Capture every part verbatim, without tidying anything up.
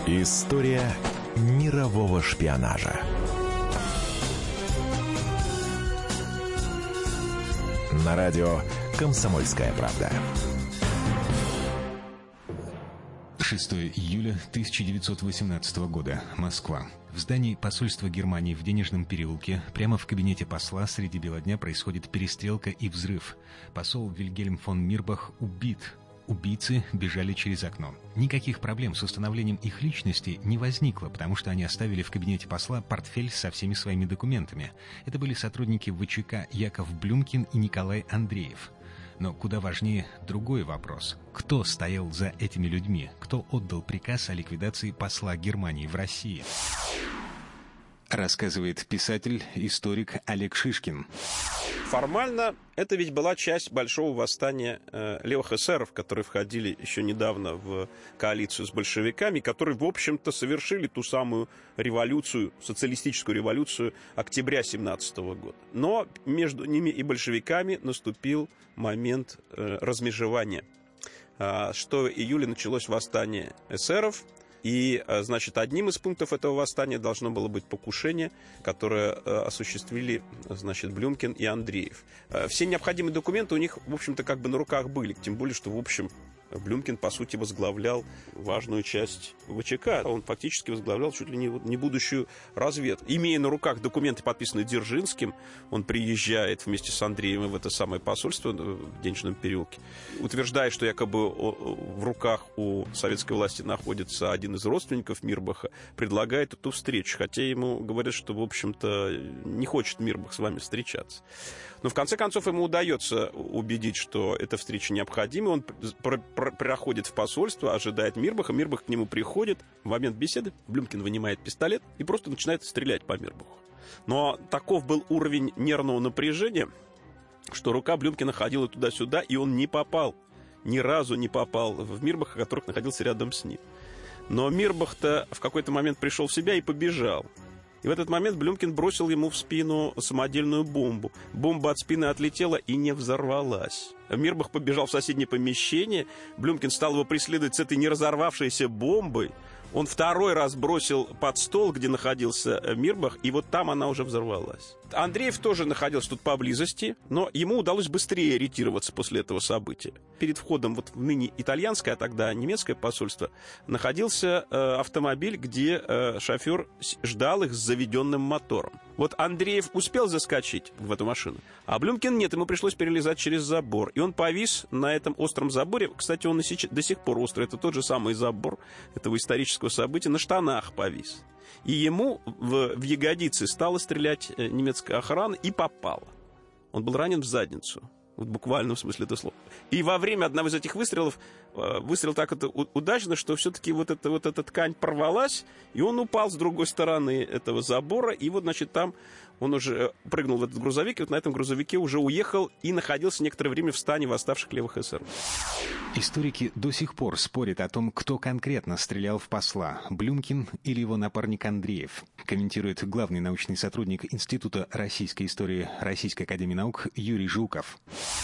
История мирового шпионажа. На радио «Комсомольская правда». шестого июля тысяча девятьсот восемнадцатого года. Москва. В здании посольства Германии в Денежном переулке, прямо в кабинете посла, среди бела дня происходит перестрелка и взрыв. Посол Вильгельм фон Мирбах убит. Убийцы бежали через окно. Никаких проблем с установлением их личности не возникло, потому что они оставили в кабинете посла портфель со всеми своими документами. Это были сотрудники ВЧК Яков Блюмкин и Николай Андреев. Но куда важнее другой вопрос. Кто стоял за этими людьми? Кто отдал приказ о ликвидации посла Германии в России? Рассказывает писатель, историк Олег Шишкин. Формально это ведь была часть большого восстания э, левых эсеров, которые входили еще недавно в коалицию с большевиками, которые, в общем-то, совершили ту самую революцию, социалистическую революцию октября семнадцатого года. Но между ними и большевиками наступил момент э, размежевания. А, что в июле началось восстание эсеров. И, значит, одним из пунктов этого восстания должно было быть покушение, которое осуществили, значит, Блюмкин и Андреев. Все необходимые документы у них, в общем-то, как бы на руках были. Тем более, что, в общем, Блюмкин, по сути, возглавлял важную часть ВЧК. Он фактически возглавлял чуть ли не, не будущую разведку. Имея на руках документы, подписанные Дзержинским, он приезжает вместе с Андреевым в это самое посольство в Денежном переулке, утверждая, что якобы в руках у советской власти находится один из родственников Мирбаха, предлагает эту встречу. Хотя ему говорят, что, в общем-то, не хочет Мирбах с вами встречаться. Но в конце концов ему удается убедить, что эта встреча необходима. Он проходит в посольство, ожидает Мирбаха. Мирбах к нему приходит. В момент беседы Блюмкин вынимает пистолет и просто начинает стрелять по Мирбаху. Но таков был уровень нервного напряжения, что рука Блюмкина ходила туда-сюда, и он не попал. Ни разу не попал в Мирбаха, который находился рядом с ним. Но Мирбах-то в какой-то момент пришел в себя и побежал. И в этот момент Блюмкин бросил ему в спину самодельную бомбу. Бомба от спины отлетела и не взорвалась. Мирбах побежал в соседнее помещение. Блюмкин стал его преследовать с этой неразорвавшейся бомбой. Он второй раз бросил под стол, где находился Мирбах, и вот там она уже взорвалась. Андреев тоже находился тут поблизости, но ему удалось быстрее ориентироваться после этого события. Перед входом вот в ныне итальянское, а тогда немецкое посольство, находился э, автомобиль, где э, шофер ждал их с заведенным мотором. Вот Андреев успел заскочить в эту машину, а Блюмкин нет, ему пришлось перелезать через забор. И он повис на этом остром заборе. Кстати, он и сейчас, до сих пор острый. Это тот же самый забор этого исторического события. На штанах повис. И ему в, в ягодицы стала стрелять немецкая охрана и попала. Он был ранен в задницу. В буквальном смысле этого слова. И во время одного из этих выстрелов, выстрел так это удачно, что все-таки вот, это, вот эта ткань порвалась, и он упал с другой стороны этого забора, и вот, значит, там он уже прыгнул в этот грузовик, и вот на этом грузовике уже уехал и находился некоторое время в стане восставших левых эсеров. Историки до сих пор спорят о том, кто конкретно стрелял в посла, Блюмкин или его напарник Андреев, комментирует главный научный сотрудник Института российской истории Российской академии наук Юрий Жуков.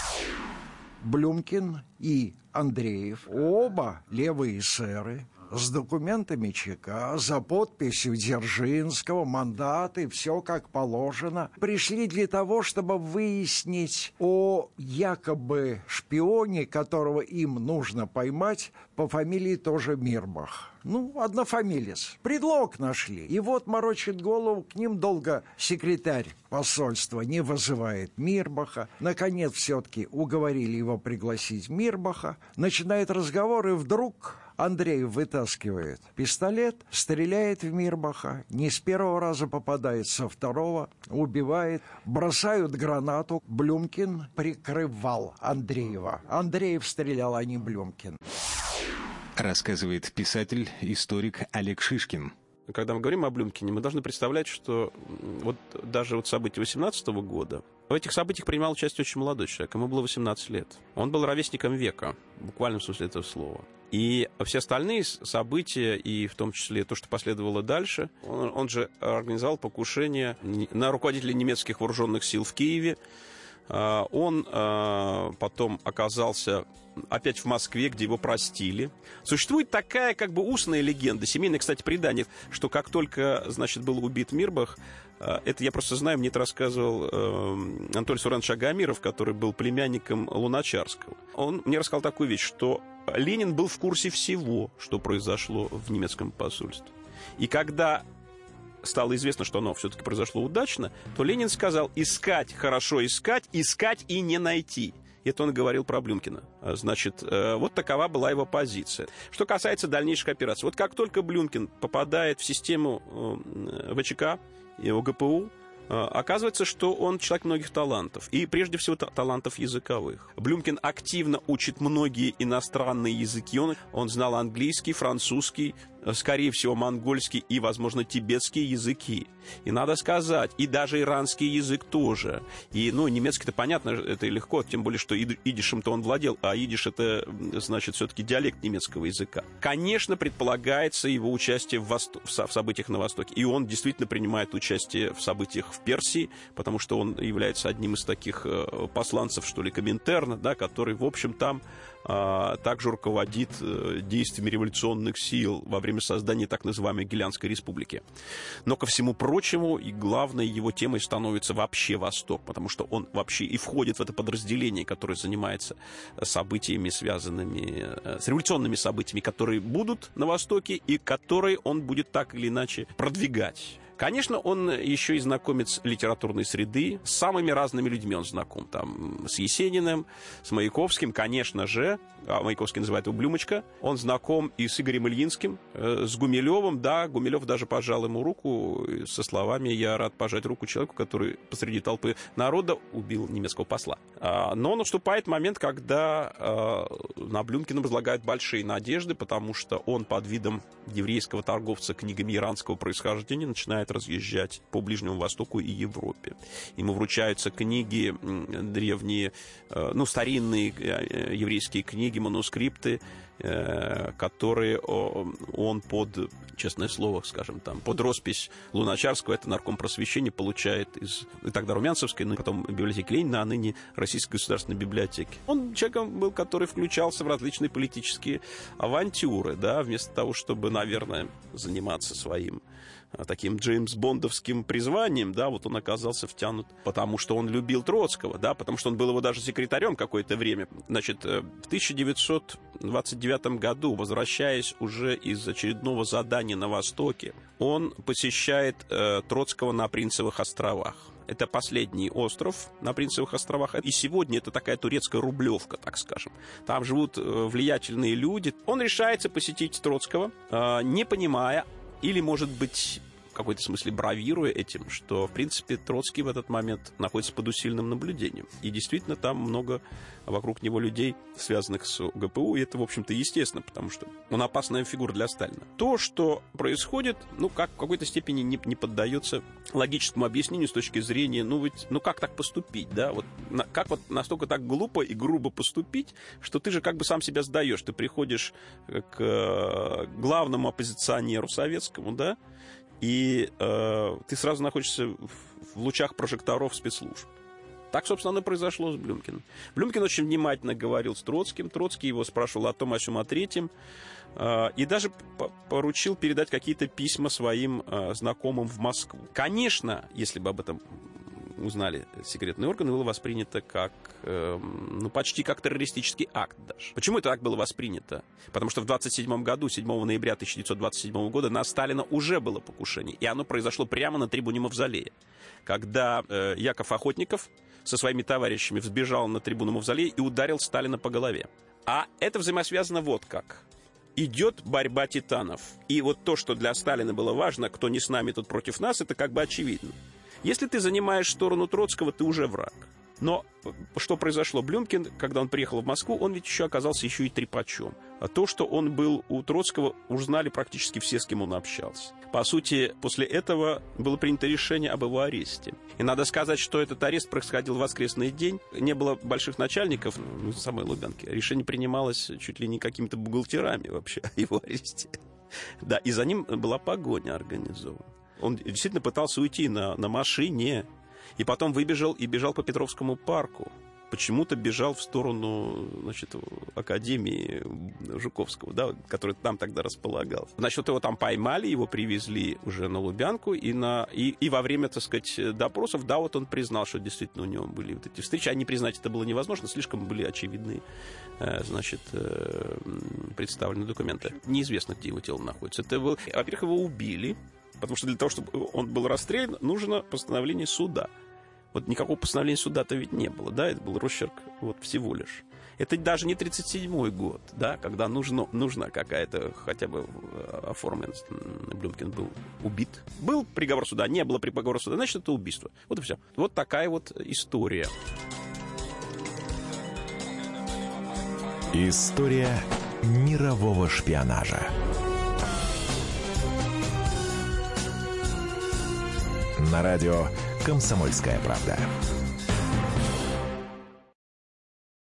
Блюмкин и Андреев, оба левые эсеры, с документами ЧК, за подписью Дзержинского, мандаты, все как положено, пришли для того, чтобы выяснить о якобы шпионе, которого им нужно поймать, по фамилии тоже Мирбах. Ну, однофамилец. Предлог нашли. И вот морочит голову, к ним долго секретарь посольства не вызывает Мирбаха. Наконец, все-таки уговорили его пригласить Мирбаха. Начинает разговор, и вдруг Андреев вытаскивает пистолет, стреляет в Мирбаха, не с первого раза попадает, со второго, убивает, бросают гранату. Блюмкин прикрывал Андреева. Андреев стрелял, а не Блюмкин. Рассказывает писатель, историк Олег Шишкин. Когда мы говорим о Блюмкине, мы должны представлять, что вот даже вот события восемнадцатого года, в этих событиях принимал участие очень молодой человек, ему было восемнадцать лет. Он был ровесником века, в буквальном смысле этого слова. И все остальные события, и в том числе то, что последовало дальше, он, он же организовал покушение на руководителей немецких вооруженных сил в Киеве, Он потом оказался опять в Москве, где его простили. Существует такая как бы устная легенда, семейное, кстати, предание, что как только, значит, был убит Мирбах, это я просто знаю, мне это рассказывал э, Анатолий Суранович Агамиров, который был племянником Луначарского. Он мне рассказал такую вещь, что Ленин был в курсе всего, что произошло в немецком посольстве. И когда стало известно, что оно все-таки произошло удачно, то Ленин сказал: искать, хорошо искать, искать и не найти. Это он говорил про Блюмкина. Значит, вот такова была его позиция. Что касается дальнейших операций. Вот как только Блюмкин попадает в систему ВЧК и ОГПУ, оказывается, что он человек многих талантов. И прежде всего талантов языковых. Блюмкин активно учит многие иностранные языки. Он, он знал английский, французский, скорее всего, монгольский и, возможно, тибетские языки. И надо сказать, и даже иранский язык тоже. И, ну, немецкий-то понятно, это легко, тем более, что идишем-то он владел, а идиш — это, значит, все-таки диалект немецкого языка. Конечно, предполагается его участие в, Восто... в событиях на Востоке. И он действительно принимает участие в событиях в Персии, потому что он является одним из таких посланцев, что ли, Коминтерна, да, который, в общем, там а, также руководит действиями революционных сил во время создания так называемой Гилянской республики. Но, ко всему прочему, и главной его темой становится вообще Восток, потому что он вообще и входит в это подразделение, которое занимается событиями, связанными с революционными событиями, которые будут на Востоке и которые он будет так или иначе продвигать. Конечно, он еще и знакомец литературной среды. С самыми разными людьми он знаком. Там, с Есениным, с Маяковским, конечно же. А Маяковский называет его Блюмочка. Он знаком и с Игорем Ильинским, э, с Гумилевым. Да, Гумилев даже пожал ему руку со словами: «Я рад пожать руку человеку, который посреди толпы народа убил немецкого посла». А, но наступает момент, когда э, на Блюмкина возлагают большие надежды, потому что он под видом еврейского торговца книгами иранского происхождения начинает разъезжать по Ближнему Востоку и Европе. Ему вручаются книги древние, ну, старинные еврейские книги, манускрипты, которые он под, честное слово, скажем, там, под роспись Луначарского, это нарком просвещения, получает из тогда Румянцевской, ну, потом библиотеки Ленина, а ныне Российской государственной библиотеки. Он человеком был, который включался в различные политические авантюры, да, вместо того, чтобы, наверное, заниматься своим таким Джеймс Бондовским призванием, да, вот он оказался втянут, потому что он любил Троцкого, да, потому что он был его даже секретарем какое-то время. Значит, в тысяча девятьсот двадцать девятом году, возвращаясь уже из очередного задания на Востоке, он посещает э, Троцкого на Принцевых островах. Это последний остров на Принцевых островах. И сегодня это такая турецкая Рублевка, так скажем. Там живут влиятельные люди. Он решается посетить Троцкого, э, не понимая, или, может быть, в какой-то смысле бравируя этим, что, в принципе, Троцкий в этот момент находится под усиленным наблюдением. И действительно, там много вокруг него людей, связанных с ГПУ, и это, в общем-то, естественно, потому что он опасная фигура для Сталина. То, что происходит, ну, как в какой-то степени не, не поддается логическому объяснению с точки зрения, ну, ведь, ну, как так поступить, да? Вот, на, как вот настолько так глупо и грубо поступить, что ты же как бы сам себя сдаешь. Ты приходишь к главному оппозиционеру советскому, да, и э, ты сразу находишься в, в лучах прожекторов спецслужб. Так, собственно, оно произошло с Блюмкиным. Блюмкин очень внимательно говорил с Троцким. Троцкий его спрашивал о том, о сём, о третьем. Э, и даже поручил передать какие-то письма своим э, знакомым в Москву. Конечно, если бы об этом узнали секретные органы, было воспринято как, э, ну, почти как террористический акт даже. Почему это так было воспринято? Потому что в двадцать седьмом году, седьмого ноября тысяча девятьсот двадцать седьмого года, на Сталина уже было покушение. И оно произошло прямо на трибуне Мавзолея. Когда э, Яков Охотников со своими товарищами взбежал на трибуну Мавзолея и ударил Сталина по голове. А это взаимосвязано вот как. Идет борьба титанов. И вот то, что для Сталина было важно, кто не с нами, тот против нас, это как бы очевидно. Если ты занимаешь сторону Троцкого, ты уже враг. Но что произошло? Блюмкин, когда он приехал в Москву, он ведь еще оказался еще и трепачом. А то, что он был у Троцкого, узнали практически все, с кем он общался. По сути, после этого было принято решение об его аресте. И надо сказать, что этот арест происходил в воскресный день. Не было больших начальников, ну, самой Лубянки. Решение принималось чуть ли не какими-то бухгалтерами вообще о его аресте. Да, и за ним была погоня организована. Он действительно пытался уйти на, на машине. И потом выбежал и бежал по Петровскому парку. Почему-то бежал в сторону, значит, Академии Жуковского, да, который там тогда располагался. Значит, его там поймали, его привезли уже на Лубянку, и, на, и, и во время, так сказать, допросов, да, вот он признал, что действительно у него были вот эти встречи. А не признать это было невозможно, слишком были очевидны, значит, представлены документы. Неизвестно, где его тело находится. Это был, во-первых, его убили, потому что для того, чтобы он был расстрелян, нужно постановление суда. Вот никакого постановления суда-то ведь не было, да, это был росчерк вот всего лишь. Это даже не тридцать седьмой год, да, когда нужно, нужно какая-то хотя бы оформленность. Блюмкин был убит. Был приговор суда, не было приговора суда, значит, это убийство. Вот и все. Вот такая вот история. История мирового шпионажа. На радио «Комсомольская правда».